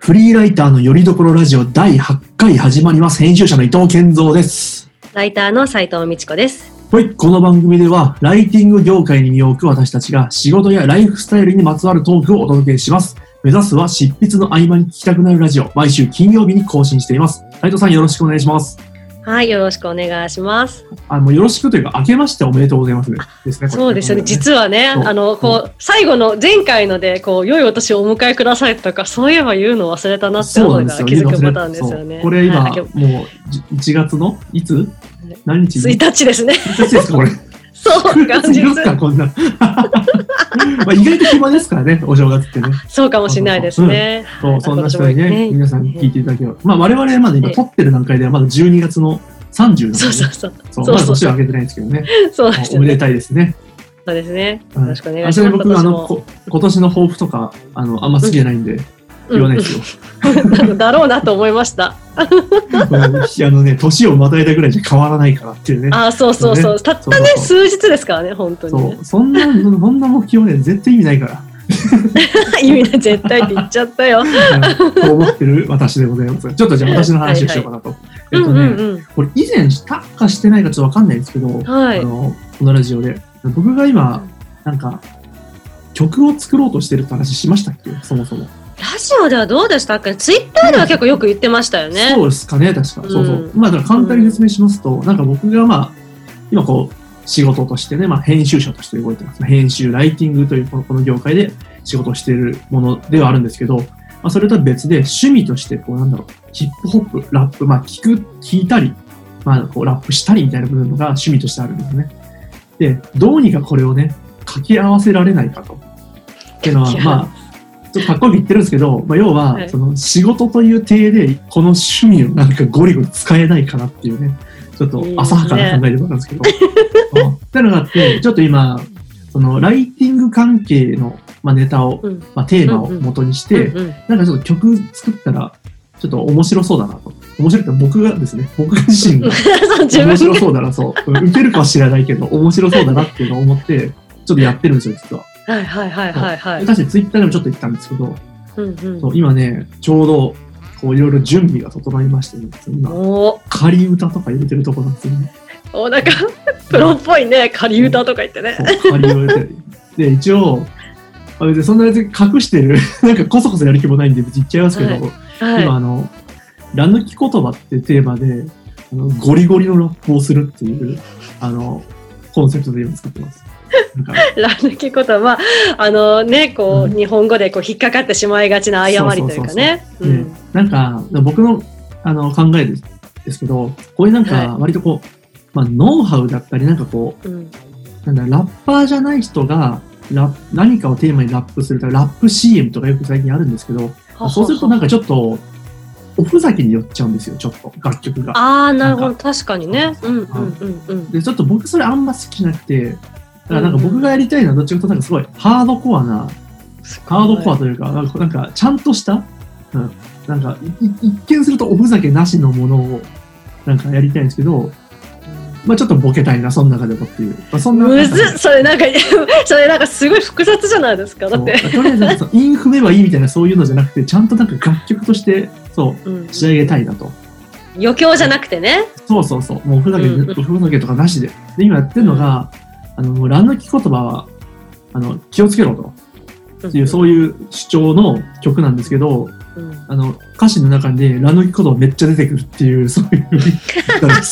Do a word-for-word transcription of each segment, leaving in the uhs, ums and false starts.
フリーライターのよりどころラジオだいはちかい始まります。編集者の伊藤健三です。 ライターの斉藤美智子です。 はい、この番組ではライティング業界に身を置く私たちが仕事やライフスタイルにまつわるトークをお届けします。目指すは執筆の合間に聞きたくなるラジオ、毎週金曜日に更新しています。斉藤さん、よろしくお願いします。 はい、よろしくお願いします。 あのよろしくというか、明けましておめでとうございますですね。 そうですよね。実はね、あのこう最後の前回のでこう良いお年をお迎えくださいとか、そういえば言うの忘れたなって思いから気づくパターンですよね。 これ今、はい、もういちがつのいつ何日？ ついたちですね。 ついたちですかこれ。 そう元日かこんな。まあ意外と暇ですからね、お正月ってね。 そうかもしれないですね。 そう、うん、そんな人にね、ね皆さん聞いていただければ、まあ我々まだ今撮ってる段階ではまだじゅうにがつのさんじゅうなので、そうそうそう。そうまだ年は明けてないんですけどね。そうですね。おめでたいですね。 そうですね。よろしくお願いします。 僕あのこ今年の抱負とかあのあんま好きじゃないんで。うん言わないですよ。 うん、だろうなと思いました。あのね、年をまたいだぐらいじゃ変わらないからっていうね。 あ、そうそうそう。ね、たったねそうそう数日ですからね、本当に、ね。 そう、そんなそんな目標ね絶対意味ないから。 意味ない絶対って言っちゃったよ。 と思ってる私でございます。ちょっとじゃあ私の話をしようかなと。はいはい、えっとね、うんうんうん、これ以前したかしてないかちょっとわかんないんですけど、はい、あのこのラジオで僕が今なんか曲を作ろうとしてるって話しましたっけ、そもそも。 ラジオではどうでしたっけ？ツイッターでは結構よく言ってましたよね。 そうですかね、確か。うん、そうそう。まあ、だから簡単に説明しますと、うん、なんか僕がまあ、今こう、仕事としてね、まあ、編集者として動いてます。編集、ライティングというこの、この業界で仕事をしているものではあるんですけど、まあ、それとは別で趣味として、こう、なんだろう、ヒップホップ、ラップ、まあ、聞く、聞いたり、まあ、こう、ラップしたりみたいな部分が趣味としてあるんですね。で、どうにかこれをね、掛け合わせられないかと。っていうのは、まあ、ちょっとかっこよく言ってるんですけど、まあ、要は、はい、その仕事という体でこの趣味をなんかゴリゴリ使えないかなっていうね、ちょっと浅はかな考えでもあるんですけど、っていうのがあって、ちょっと今そのライティング関係の、まあ、ネタを、うんまあ、テーマを元にして、うんうん、なんかちょっと曲作ったらちょっと面白そうだなと。面白いって僕がですね、僕自身が面白そうだな、そう、受けるかは知らないけど面白そうだなっていうのを思ってちょっとやってるんですよ実は。 はいはいはいはいはい。 確かにツイッターでもちょっと言ったんですけど、うんうん、そう今ねちょうどこういろいろ準備が整いまして、ね、今仮歌とか入れてるところなんですよね。 おなんかプロっぽいね、仮歌とか言ってね。 仮を入れてで一応あ別にそんなやつ隠してるなんかコソコソやる気もないんで別に言っちゃいますけど、はいはい、今あのラ抜き言葉ってテーマであのゴリゴリのラップをするっていうあのコンセプトで今作ってます。 ラ抜き言葉、あのね、こう、うん、日本語でこう引っかかってしまいがちな誤りというかね。 なんか僕の、あの考えですけど、こういうなんか割とこう、はいまあ、ノウハウだったりなんかこう、うん、なんだラッパーじゃない人がラ何かをテーマにラップするとかラップ シーエム とかよく最近あるんですけど、はそうするとなんかちょっとおふざけに寄っちゃうんですよ、ちょっと楽曲が。 ああ、なるほど、確かにね。うんうんうんうん。 でちょっと僕それあんま好きじゃなくて。だからなんか僕がやりたいのはどっちかというとなんかすごいハードコアな、ハードコアというか、なんか、なんかちゃんとした、うん、なんか一見するとおふざけなしのものをなんかやりたいんですけど、まあちょっとボケたいな、その中でもっていう。まあ、そんなむずっそれなんか、それなんかすごい複雑じゃないですか、だって。 とりあえず、イン踏めばいいみたいなそういうのじゃなくて、ちゃんとなんか楽曲として、そう、うん、仕上げたいなと。 余興じゃなくてね。 そうそうそう、もうおふざけ、うん、おふざけとかなしで。で、今やってるのが、うんあのラ抜き言葉はあの気をつけろという、うん、そういう主張の曲なんですけど、うん、あの歌詞の中でラ抜き言葉めっちゃ出てくるっていうそういう歌です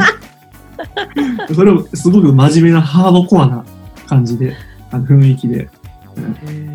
それをすごく真面目なハードコアな感じであの雰囲気で、うん、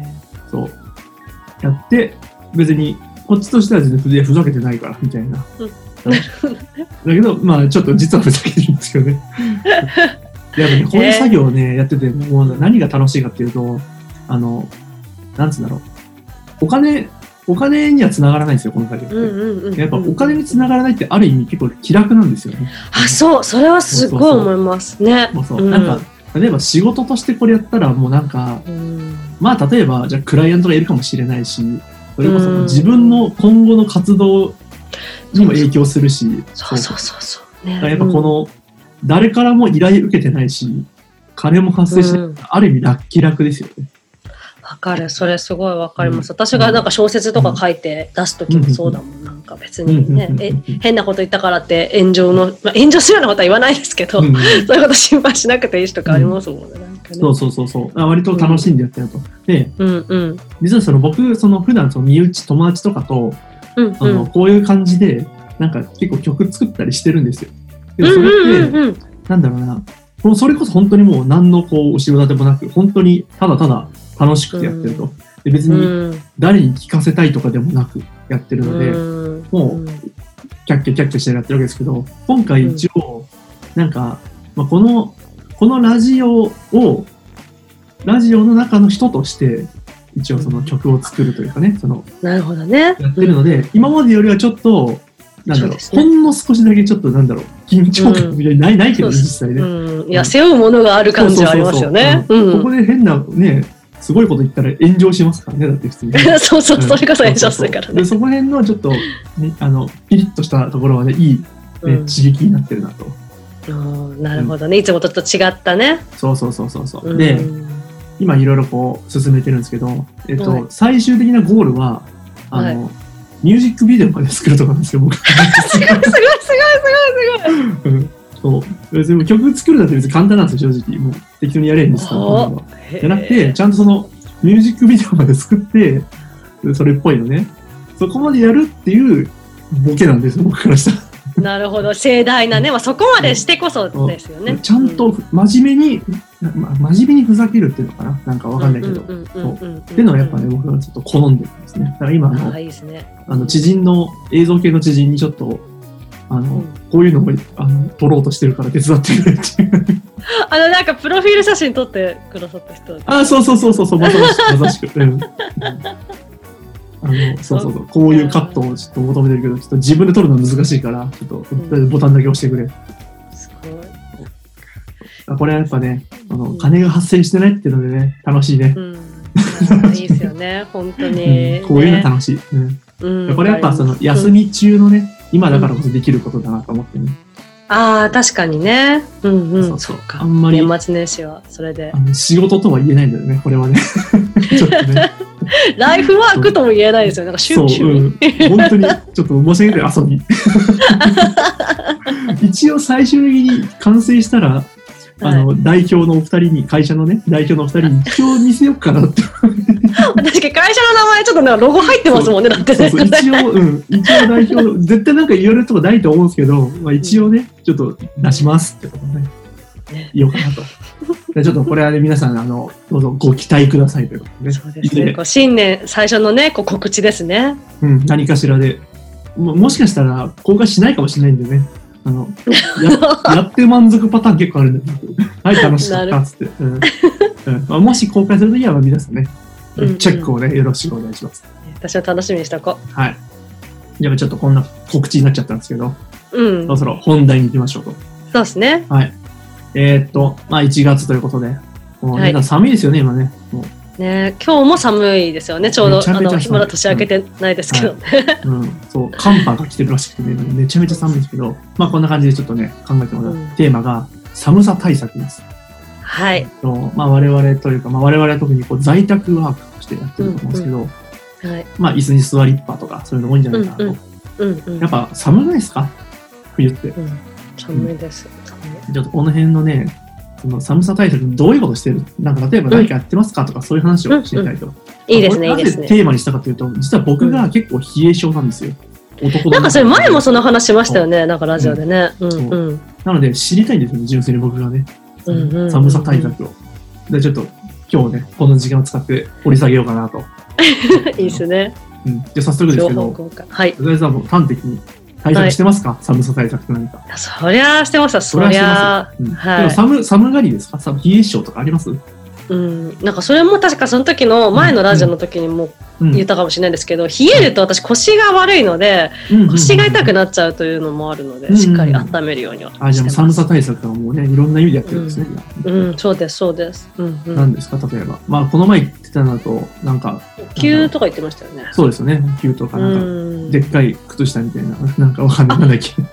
そうやって別にこっちとしては全然ふざけてないからみたいな、うん、だけどまあちょっと実はふざけてるんですよねいやでもこういう作業をね、えー、やっててもう何が楽しいかっていうとあのなんつうんだろうお金お金には繋がらないんですよこの作業って、うんうんうん、やっぱお金に繋がらないってある意味結構気楽なんですよね。 あそうそれはすごい思いますね。 そうそうそう、うん、なんか例えば仕事としてこれやったらもうなんか、うん、まあ例えばじゃあクライアントがいるかもしれないしそれこそ自分の今後の活動にも影響するし、うん、 そうそうそうそう、ね、 だからやっぱこの、うん誰からも依頼受けてないし金も発生して、うん、ある意味ラッキー楽ですよね。 わかる。それすごいわかります。うん、私がなんか小説とか書いて出すときもそうだもん。うん、なんか別にね、うん、え変なこと言ったからって炎上の、まあ、炎上するようなことは言わないですけど、うん、そういうこと心配しなくていいしとかありますもんね。うん、なんかね、そうそうそうそう。割と楽しんでやってると。うん、で、 うんうん、 実はその僕、その普段その身内、友達とかと、うんうん、あのこういう感じで、なんか結構曲作ったりしてるんですよ。でそれって、うんうんうん、なんだろうな、このそれこそ本当にもう何のこう後ろ盾もなく、本当にただただ楽しくてやってると。うん、で別に誰に聞かせたいとかでもなくやってるので、うん、もうキャッキャキャッキャしてやってるわけですけど、今回一応、なんか、まあ、この、このラジオを、ラジオの中の人として、一応その曲を作るというかね、その、 なるほどね。 やってるので、うん、今までよりはちょっと、なんだろう、うね、ほんの少しだけちょっとなんだろう、緊張感みたいにない、うん、ないけど、実際ね、 うん。いや、背負うものがある感じはありますよね。ここで変なね、すごいこと言ったら炎上しますからね、だって普通に。 そうそう、それこそ炎上するからね。 で、そこ辺のちょっと、ね、あの、ピリッとしたところはね、いい、ね、うん、刺激になってるなと。 なるほどね、うん、いつもとちょっと違ったね。 そうそうそうそうそう。うん、で、今いろいろこう進めてるんですけど、えっと、はい、最終的なゴールは、あの、はい、ミュージックビデオまで作るとかなんですよ、僕。すごいすごいすごいすごいすごい。うん、そう。別に曲作るだって別に簡単なんですよ、正直。もう適当にやれるんですけど。じゃなくて、ちゃんとそのミュージックビデオまで作って、それっぽいのね。そこまでやるっていうボケなんですよ、僕からしたら。 なるほど、盛大なね、まあ、そこまでしてこそですよね。 ちゃんと真面目に、うん、まあ、真面目にふざけるっていうのかな、なんかわかんないけど、っていうのはやっぱね、僕はちょっと好んでるんですね。だから今あの、 あ、いいですね、 あの知人の映像系の知人にちょっとあの、うん、こういうのもあの撮ろうとしてるから手伝ってくれっていう。 あのなんかプロフィール写真撮ってくださった人。 あ、そうそうそうそうそう、まさしくまさしく。うんあのそうそうそう、こういうカットをちょっと求めてるけど、ちょっと自分で撮るの難しいから、ちょっと、うん、ボタンだけ押してくれ。すごい。これはやっぱね、あの、うん、金が発生してないっていうのでね、楽しいね。うん、 いいですよね、本当に、 うん。こういうの楽しい。うんうん、これやっぱその休み中のね、うん、今だからこそできることだなと思ってね。 ああ、確かにね。うんうん。そうそうか。あんまり年末年始はそれで。 あの仕事とは言えないんだよね、これはね。ちょっとね。 ライフワークとも言えないですよ。なんか趣味。そう、うん、 本当にちょっと申し訳ない遊び。一応最終的に完成したら、あの、はい、代表のお二人に、会社のね、代表のお二人に一応見せようかなって。確かに会社の名前ちょっとなんかロゴ入ってますもんね、だってね。 そうそう、一応、うん、一応代表、絶対なんか言われるとこないと思うんですけど、まあ一応ね、ちょっと出しますってことね、ね言おうかなと。でちょっとこれはね、皆さん、あの、どうぞご期待くださいということでね。 そうですね。こう新年最初のね、こう告知ですね。 うん、何かしらで。も, もしかしたら公開しないかもしれないんでね。あの や, やって満足パターン結構あるんだけど、はい、楽しかったっつって、うんうんまあ、もし公開するときは皆さんね、うんうん、チェックをねよろしくお願いします。 私は楽しみにしとこう。 はい。じゃあちょっとこんな告知になっちゃったんですけど、うん、そろそろ本題に行きましょうと。 そうですね。 はい。えー、っとまあいちがつということで、もう、ねはい、寒いですよね今ね。もうね、今日も寒いですよね。ちょうどあのまだ年明けてないですけど、うんはいうん、そう寒波が来てるらしくてね、めちゃめちゃ寒いんですけど、まあこんな感じでちょっとね考えてもらう、うん、テーマが寒さ対策です。 はい。 とまあ我々というか、まあ我々は特にこう在宅ワークとしてやってると思うんですけど、うんうんはい、まあ椅子に座りっぱとかそういうの多いんじゃないかなと。うんうんうん、やっぱ寒くないですか？冬って。うん、 寒いです。 寒い。ちょっとこの辺のね。その寒さ対策どういうことしてるなんか例えば何かやってますかとかそういう話をしてみたいと、うんうん、 いいですねいいですね。 なぜテーマにしたかというと実は僕が結構冷え性なんですよ、 うん、男なんかそれ前もその話しましたよねなんかラジオでね、うんうんうん、 なので知りたいんですよね純粋に僕がね、うんうんうんうん、寒さ対策をでちょっと今日ねこの時間を使って掘り下げようかなといいですね、 うん、じゃあ早速ですけどはい宇多井さんも端的に対策してますか、はい、寒さ対策って何か。 そりゃしてました。そりゃ、 うんはい、でも寒寒がりですか？冷え性とかあります？ うん、なんかそれも確かその時の前のラジオの時にも言ったかもしれないですけど、うん、冷えると私腰が悪いので、うん、腰が痛くなっちゃうというのもあるので、うん、しっかり温めるようにはしてます。 あ、じゃあ寒さ対策はもうねいろんな意味でやってるんですね。 うん、うん、そうですそうです。うんうん、 何ですか例えば、まあこの前言ってたのだとなんか急とか言ってましたよね。 そうですよね。急とかなんかでっかい靴下みたいななんかわかんないなんだっけ。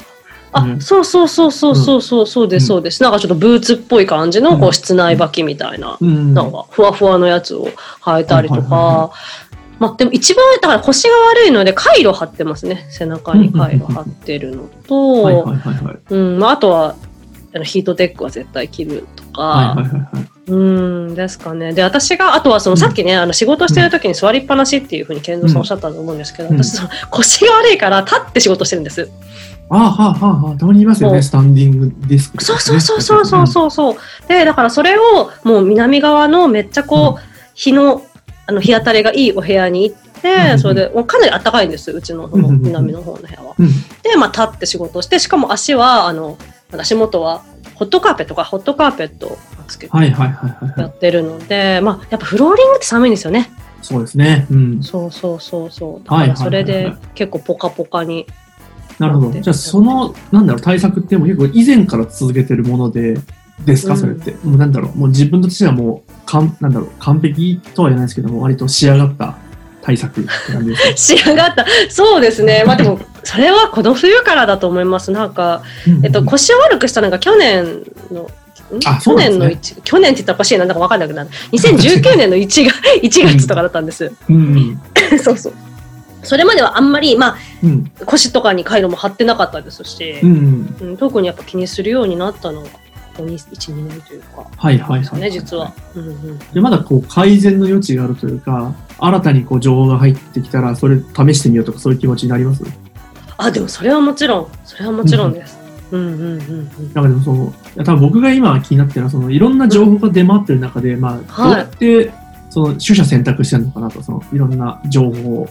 あ、うん、そうそうそうそうそうそうそうですそうです、うん、なんかちょっとブーツっぽい感じのこう室内履きみたいな、うん、なんかふわふわのやつを履いたりとか、はいはいはいはい、まあでも一番だから腰が悪いのでカイロ貼ってますね。背中にカイロ貼ってるのと、はいはいはいはい、うん、まああとはあのヒートテックは絶対着るとか、はいはいはいはい、うんですかね。で私があとはそのさっきね、うん、あの仕事してる時に座りっぱなしっていうふうに健三さんおっしゃったと思うんですけど、うん、私その腰が悪いから立って仕事してるんです。 ああはあはあ、たまにいますよね、スタンディングディスク、ね、 そうそうそうそうそうそうそう、うん、でだからそれをもう南側のめっちゃこう、うん、日のあの日当たりがいいお部屋に行って、うん、それでもうかなり暖かいんです、うちの、その南の方の部屋は、うん、でまあ立って仕事をして、しかも足はあの足元はホットカーペットかホットカーペットをつけてやってるので、まあやっぱフローリングって寒いんですよね。 そうですね、うん、 そうそうそうそう、だからそれで結構ポカポカに。 なるほど。じゃあそのなんだろう対策ってもう結構以前から続けてるものでですか、それって、うん、もうなんだろうもう自分としてはもうかんなんだろう完璧とは言わないですけども割と仕上がった対策って感じですか？ 仕上がったそうですね。まあでもそれはこの冬からだと思います。なんかえっと腰を悪くしたのが去年のあ去年のいち、去年って言ったらおかしいな、なんか分かんなくなる。にせんじゅうきゅうねんのいちがつとかだったんです。うん、そうそう。それまではあんまり、まあうん、腰とかにカイロも貼ってなかったですし、うんうん、特にやっぱ気にするようになったのがここいち、にねんというか、 はいはいはい、 ね、実は、うんうん、 でまだこう改善の余地があるというか、新たにこう情報が入ってきたらそれ試してみようとかそういう気持ちになります？ あ、でもそれはもちろんそれはもちろんです。うんうんうんうん。 だからでもその多分僕が今気になってるのはそのいろんな情報が出回ってる中で、うん、まあどうやってその取捨選択してるのかなと、そのいろんな情報を。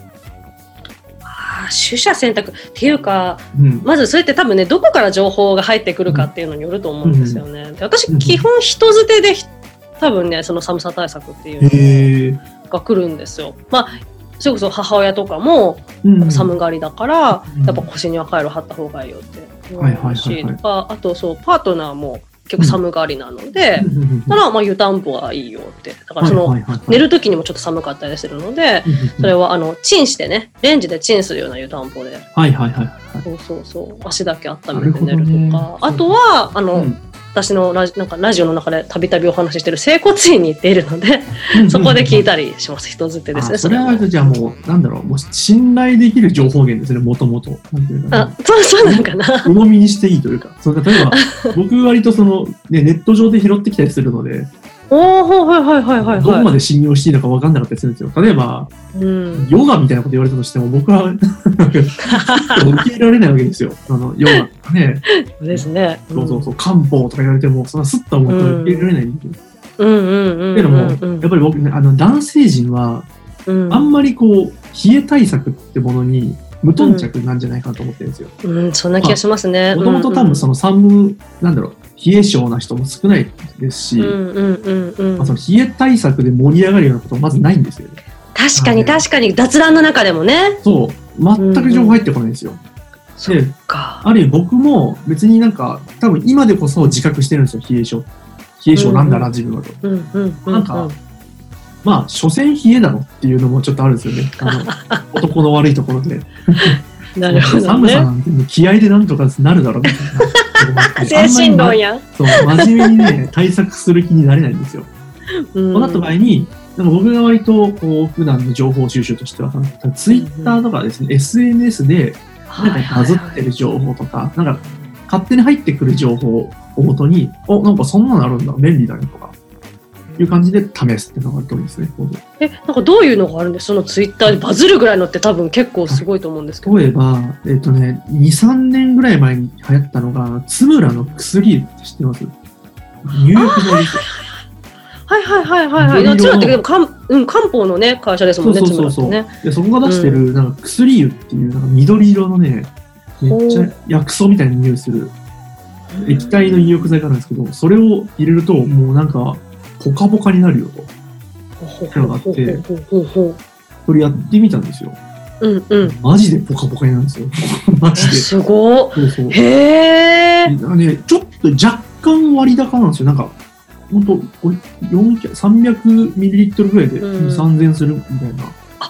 取捨選択っていうか、うん、まずそれって多分ねどこから情報が入ってくるかっていうのによると思うんですよね、うん、で私基本人づてで多分ねその寒さ対策っていうのが来るんですよ。まあそれこそ母親とかも寒がりだから、うん、やっぱ腰にはカイロ貼った方がいいよって言われるし、とかあとそうパートナーも結構寒がりなので、うん、だからまあ湯たんぽはいいよって、だからその、はいはいはいはい、寝る時にもちょっと寒かったりするので、それはあのチンしてね、レンジでチンするような湯たんぽで、はいはいはいはい、そうそうそう足だけ温めて寝るとか、ね、あとはあの、うん、私のラジ、なんかラジオの中でたびたびお話ししてる整骨院に行っているのでそこで聞いたりします。人づてですね。 それはじゃあもうなんだろう、もう信頼できる情報源ですね、もともと。 あ、そうそうなんかな。 鵜呑みにしていいというか、その例えば僕割とその、ね、ネット上で拾ってきたりするので、 おーはいはいはいはいはい、 どこまで信用していいのか分かんなかったりするんですよ。例えば、うん、ヨガみたいなこと言われたとしても僕は受け入れられないわけですよ。あのヨガとかね。 そうですね。 そうそうそう、漢方とか言われてもそんなスッと思って受け入れられないんですよ。 うんうんうんうん。 けども、やっぱり僕ね、あの男性陣は、うん、あんまりこう冷え対策ってものに無頓着なんじゃないかと思ってるんですよ。 うん、うん、そんな気がしますね。 もともと多分その寒、なんだろう、冷え性な人も少ないですし、うんうんうんうん、まあ、その冷え対策で盛り上がるようなことはまずないんですよね。 確かに確かに、雑談の中でもね。 そう、全く情報入ってこないんですよ。うんうん、 そっか。 あるいは僕も別になんか、多分今でこそ自覚してるんですよ、冷え性。冷え性なんだな、うんうん、自分はと。うんうんうんうん、なんか、まあ、所詮冷えだろっていうのもちょっとあるんですよね。あの男の悪いところで。 なるほどね。 寒さなんて気合でなんとかなるだろうみたいな。精神論や。 そう、真面目にね、対策する気になれないんですよ。うん、そうなった場合に、なんか僕が割とこう普段の情報収集としては、ツイッターとかですね、うん、エスエヌエス でなんかバズってる情報とか、はいはいはい、なんか勝手に入ってくる情報をもとに、お、なんかそんなのあるんだ、便利だねとか。いう感じで試すっていうのがあると思うんですね。 え、なんかどういうのがあるんですか？そのツイッターでバズるぐらいのって多分結構すごいと思うんですけど。 例えば、えっとね、に、さんねんぐらい前に流行ったのが、つむらの薬って知ってます？入浴剤です。 はいはいはいはいはいはい。つむらってでも漢、うん、漢方のね、会社ですもんね、 そうそうそうそう、ね。で、そこが出してる、なんか薬湯っていう、なんか緑色のね、めっちゃ薬草みたいな匂いする液体の入浴剤があるんですけど、それを入れると、もうなんか、ポカポカになるよと。ってのがあって、それやってみたんですよ。 うんうん。 マジでポカポカになるんですよ。マジで。 すごい。そうそう。へー。 ね、ちょっと若干割高なんですよ。なんか、ほんと、さんびゃくミリリットルぐらいでに、さんぜんえんするみたいな。 あ、高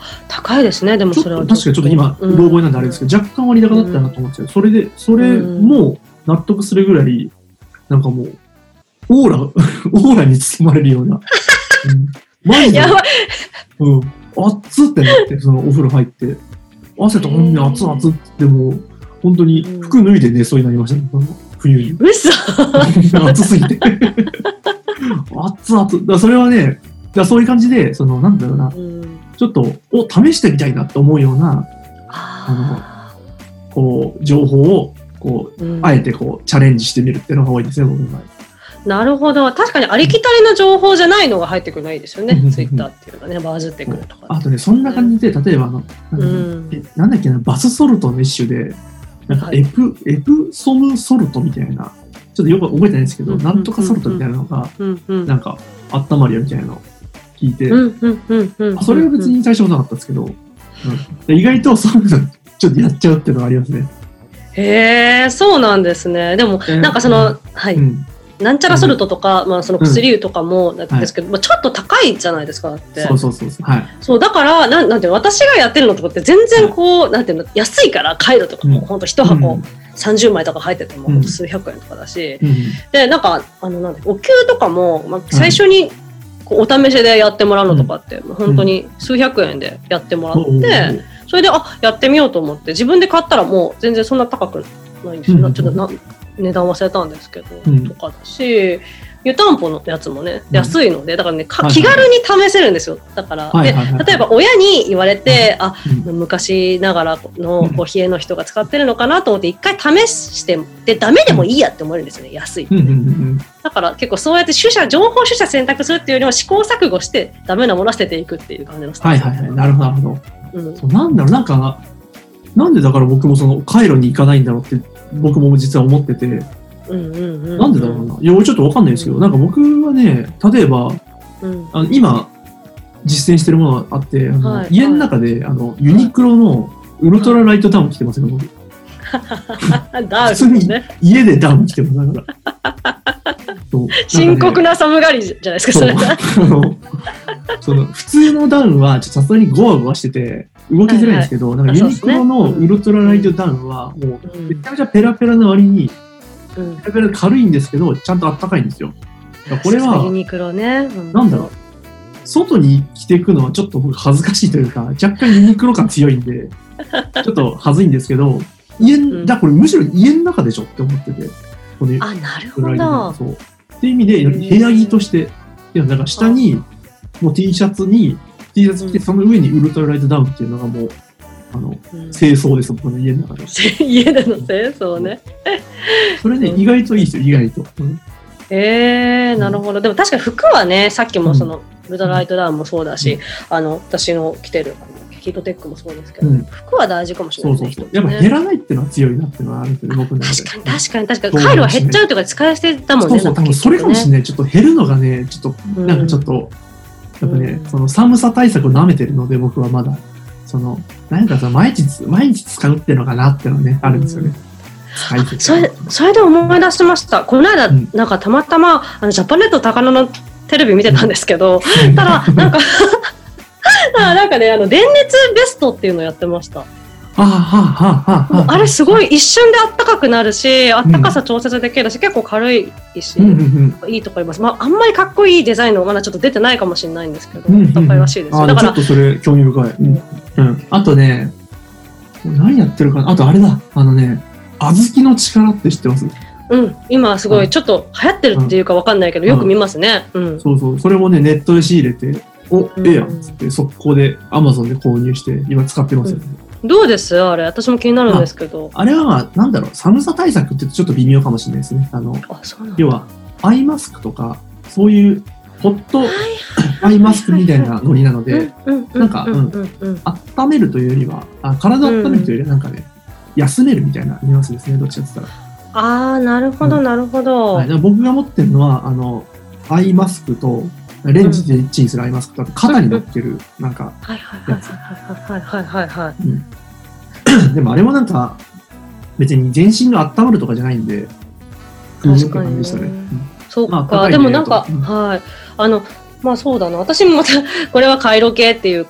高いですね、でもそれは。 確かにちょっと今、うろ覚えなんであれですけど、若干割高だったなと思うんですけど、それで、それも納得するぐらい、なんかもう、オーラ、オーラに包まれるような。うん、マジで。やばい。うん。熱ってなって、そのお風呂入って、汗とほんに熱々ってもう、本当に服脱いで寝そうになりましたね、冬に。 嘘暑すぎて。熱々。だからそれはね、だそういう感じで、その、なんだろうな、うん、ちょっと、を試してみたいなと思うような、あの、こう、情報を、こう、うん、あえてこう、チャレンジしてみるっていうのが多いですね、僕の場合。 なるほど。確かにありきたりの情報じゃないのが入ってくるのいいですよね。ツイッターっていうのがね、バズってくるとか。 あとね、そんな感じで、例えばあの、なんだ、うん、えなんだっけな、バスソルトの一種で、なんかエプ、はい、エプソムソルトみたいな、ちょっとよく覚えてないんですけど、うん、なんとかソルトみたいなのが、うんうん、なんか、温まるよみたいなのを聞いて、それは別に最初はなかったんですけど、うん、意外とそういうのちょっとやっちゃうっていうのがありますね。 へー、そうなんですね。でも、なんかその、うん、はい。うんなんちゃらソルトとか、うん、まあその薬湯とかもなんですけど、うん、まあ、ちょっと高いじゃないですかって。 そうそうそうそう。はい。 そうだからなんなんていうの私がやってるのとかって全然こう、はい、なんていうの安いからカイロとかも本当一箱さんじゅうまいとか入ってても本当数百円とかだし、うん、でなんかあのなんてお灸とかも、まあ、最初にこうお試しでやってもらうのとかって、うん、本当に数百円でやってもらって、うん、それであやってみようと思って自分で買ったらもう全然そんな高くないんですよ。うん、ちょっとな値段忘れたんですけど、うん、とかだし湯たんぽのやつもね安いのでだからねか気軽に試せるんですよ。だから、はいはいはい、で例えば親に言われて、うん、あ、うん、昔ながらのこう冷えの人が使ってるのかなと思って一回試してでダメでもいいやって思えるんですよね、安いって、うんうんうん、だから結構そうやって取捨情報取捨選択するっていうよりは試行錯誤してダメなものは捨てていくっていう感じのスタイル。 はいはいはい、なるほどなるほど、うん、そうなんだろうなんかなんでだから僕もそのカイロに行かないんだろうって僕も実は思ってて、うんうんうんうん、なんでだろうな。いや、ちょっとわかんないですけど、うん、なんか僕はね、例えば、うん、あの今実践してるものがあって、あのはい、家の中であのユニクロのウルトラライトダウン着てますよ、僕。 ダウン、ね、普通に家でダウン着てます。だからそう深刻な寒がりじゃないですか、それ。 その普通のダウンはちょっとさすがにゴワゴワしてて動きづらいんですけど、はいはい、なんかユニクロのウルトラライトダウンはもうめちゃめちゃペラペラな割に、うん、ペラペラ軽いんですけどちゃんとあったかいんですよ。これはユニクロね、 なんだろう、外に着ていくのはちょっと恥ずかしいというか若干ユニクロ感強いんでちょっと恥ずいんですけど家、うん、だこれむしろ家の中でしょって思ってて、このあなるほどそうっていう意味で部屋着として、いやだから下にもう T シャツに T シャツ着て、うん、その上にウルトラライトダウンっていうのがもうあの、うん、清掃です、僕の家の中で。 家での清掃ね。 それね、うん、意外といいですよ、意外と。うん、 えー、なるほど。でも確かに服はね、さっきもその、うん、ウルトラライトダウンもそうだし、うん、あの私の着てるヒートテックもそうですけど、うん、服は大事かもしれないですね。 そうそうそう。やっぱ減らないっていうのは強いなっていうのはあるんですよね、僕の中で。 確かに確かに確かに。カイロは減っちゃうとか使い捨てだもんね。 そうそう、多分それかもしれない。ちょっと減るのがね、ちょっと、なんかちょっと、うん、やっぱね、うん、その寒さ対策を舐めてるので、僕はまだ、その、何かさ、毎日、毎日使うっていうのかなっていうのはね、あるんですよね。 うん、それ、それで思い出しました。この間、うん、なんかたまたま、あの、ジャパネット高野のテレビ見てたんですけど、うん、ただ、なんか、なんかね、あの電熱ベストっていうのをやってました。あ, あれすごい一瞬であったかくなるし、あったかさ調節できるし、うん、結構軽いし、うんうんうん、いいとこあります。まああんまりかっこいいデザインのまだちょっと出てないかもしれないんですけど、うんうん、高いらしいですよ。 だからちょっとそれ興味深い。うんうん、あとね、何やってるかな。あとあれだ、あのね、小豆の力って知ってます？ うん、今すごいちょっと流行ってるっていうかわかんないけど、よく見ますね。うん、 そうそう、それもねネットで仕入れて。お、ええやんっつって速攻で Amazon で購入して今使ってますよね、 うん、どうですあれ？私も気になるんですけど、 あ, あれはなんだろう、寒さ対策ってちょっと微妙かもしれないですね。あのあそうなんだ。 要はアイマスクとかそういうホットアイマスクみたいなノリなので、なんか温めるというよりはあ体を温めるというよりはなんかね、うん、休めるみたいなニュアンスですね、どっちかって言ったら。 ああなるほど、うん、なるほど、 はい、僕が持ってるのはあのアイマスクとレンジでチンするアイマスクと肩に乗っけるなんかやつ。 はいはいはいはい。 でもあれもなんか別に全身が温まるとかじゃないんで、 確かにね。したね。うん、そうか、まあ、でもなんか、うん、はいあのまあそうだな。私もまたこれはカイロ系っていうか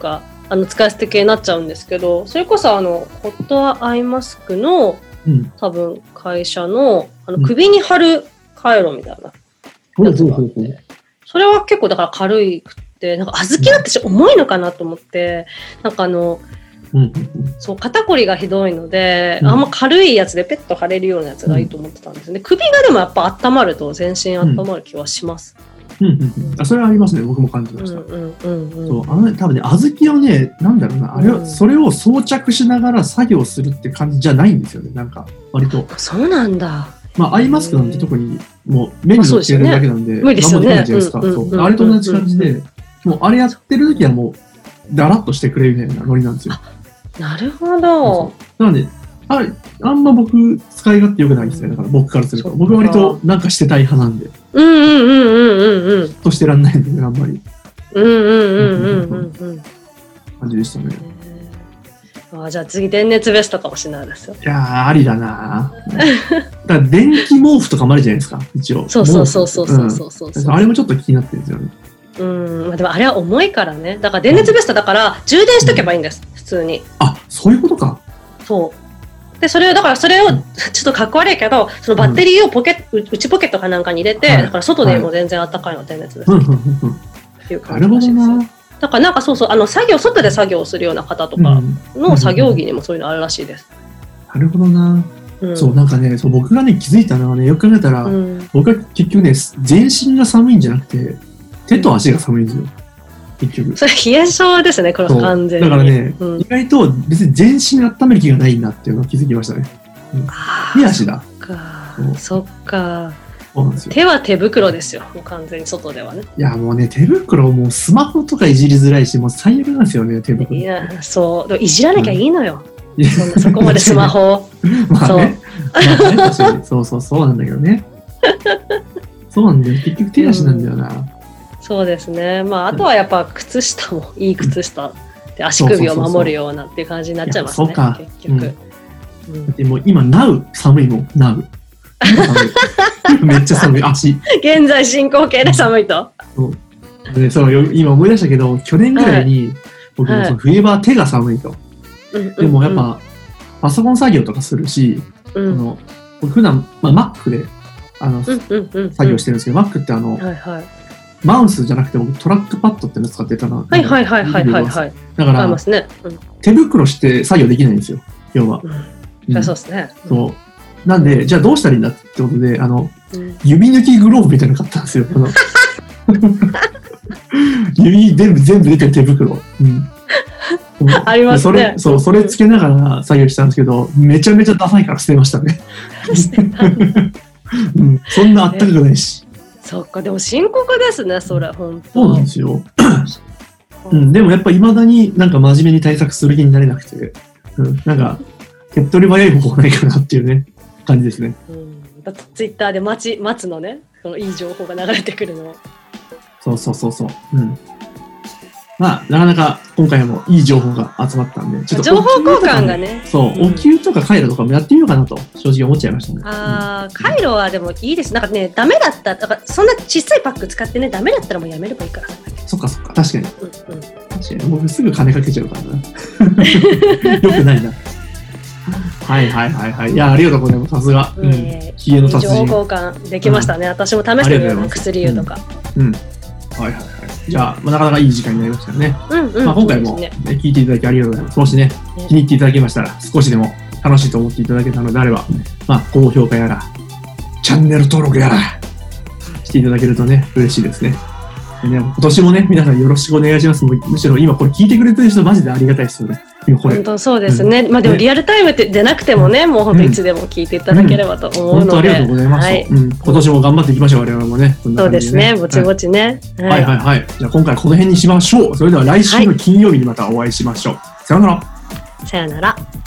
あの使い捨て系になっちゃうんですけど、それこそあのホットアイマスクの、うん、多分会社のあの首に貼るカイロみたいなやつがあって、うん、それは結構だから軽いくて、なんか小豆だって重いのかなと思って、なんかあの、うん、そう肩こりがひどいので、うん、あんま軽いやつでペット貼れるようなやつがいいと思ってたんですね。首がでもやっぱ温まると全身温まる気はします。 うんうんうん、あそれはありますね。僕も感じました。うんうんうんうん、そうあの、ね、多分ね、小豆をね、なんだろうな、あれは、うん、それを装着しながら作業するって感じじゃないんですよね。なんか割と。 そうなんだ。 まあアイマスクなんて特にもう目に乗ってるだけなんで、 無理ですよね。 あれと同じ感じで、もうあれやってる時はもうダラッとしてくれるみたいなノリなんですよ。 なるほど。 なので。あ, あんま僕使い勝手良くないですね。だから僕からすると僕は割となんかしてたい派なんで、 うんうんうんうんうんうんとしてらんないんでね、あんまりうんうんうんうんうんうん感じでしたね。 あ、じゃあ次電熱ベストかもしれないですよ。 いやーありだな。だから電気毛布とかもあるじゃないですか、一応。 そうそうそうそうそうそうそう、 うん、あれもちょっと気になってるんですよね。 うん、まあ、でもあれは重いからね。だから電熱ベストだから充電しとけばいいんです、うん、普通に。 あ、そういうことか。 そうで、それをだからそれをちょっとかっこ悪いけど、そのバッテリーをポケット、うん、内ポケットかなんかに入れて、はい、だから外でも全然暖かいの電熱です、はい、っていう感じらしいですよ。だからなんかそうそう、あの作業外で作業するような方とかの作業着にもそういうのあるらしいです。 なるほどな。うん、そうなんかね、そう僕がね気づいたのはね、よく考えたら、うん、僕は結局ね全身が寒いんじゃなくて手と足が寒いんですよ。結局それ冷え性ですね、これ完全に。 だからね、うん、意外と別に全身温める気がないなっていうのを気づきましたね。うん、手足だ。 そっか。 そうなんですよ。 手は手袋ですよ、もう完全に外ではね。 いやもうね、手袋もうスマホとかいじりづらいし、もう最悪なんですよね、手袋。 いや、そう、いじらなきゃいいのよ。うん、そんなそこまでスマホ。 まあね、そう。まあね、確かにそうそうそうなんだけどね。そうなんだよ、結局手足なんだよな。うんそうですね。まあ、あとはやっぱ靴下もいい靴下で足首を守るようなっていう感じになっちゃいますね。そうか結局。 うん、でも今ナウ寒いもんナウ。めっちゃ寒い足。現在進行形で寒いと。 そうでそう今思い出したけど去年ぐらいに、はい、僕もその冬場手が寒いと。はい、でもやっぱ、うん、パソコン作業とかするし、うん、あの僕普段まあ Mac であの、うんうんうんうん、作業してるんですけど Mac ってあの。はいはいマウスじゃなくて僕トラックパッドっての使ってたな。 はいはいはいはいはい、はい。 だから、ねうん、手袋して作業できないんですよ、要は。うんうん、そうですね。 そう。なんで、じゃあどうしたらいいんだってことで、あの、うん、指抜きグローブみたいなの買ったんですよ。あの指全部全部出てる手袋。うん。 ありますね。 それ、そう、それつけながら作業したんですけど、めちゃめちゃダサいから捨てましたね。うん、そんなあったかくないし。 そっか、でも深刻ですね、それ、本当。 そうなんですよ。うん、でもやっぱ未だになんか真面目に対策する気になれなくて、うん、なんか手っ取り早い方法ないかなっていうね、感じですね。 うん、だってツイッターで待ち、待つのね、そのいい情報が流れてくるの。 そうそうそうそう。うん。まあ、なかなか今回もいい情報が集まったんで、 ちょっと情報交換がね。 そう、お灸とかカイロとかもやってみようかなと、正直思っちゃいましたね。 ああ、カイロはでもいいです。なんかね、ダメだったら、なんかそんな小さいパック使ってね、ダメだったらもうやめればいいから。 そっかそっか、確かに。うんうん、確かに、僕すぐ金かけちゃうからな。よくないな。はいはいはいはい。いや、ありがとうございます。さすが。うん。冷えの達人。 情報交換できましたね。うん、私も試してみような、薬湯とか。 うん。うん、はいはいはい。じゃあ、まあ、なかなかいい時間になりましたよね。うんうんまあ、今回も、ねね、聞いていただきありがとうございます。もしね、ね気に入っていただけましたら、少しでも楽しいと思っていただけたのであれば、まあ、高評価やら、チャンネル登録やら、していただけるとね、嬉しいですね。でね今年もね、皆さんよろしくお願いします。むしろ今これ聞いてくれてる人マジでありがたいですよね。 本当そうですね。うん、まあでもリアルタイムって出なくてもね、うん、もう本当いつでも聞いていただければと思うので。うん、本当ありがとうございます。はいうん、今年も頑張っていきましょう、我々もね。 そんな感じでねそうですね、ぼちぼちね。 はい、はい、はいはい。じゃあ今回この辺にしましょう。それでは来週の金曜日にまたお会いしましょう。はい、さようなら。 さようなら。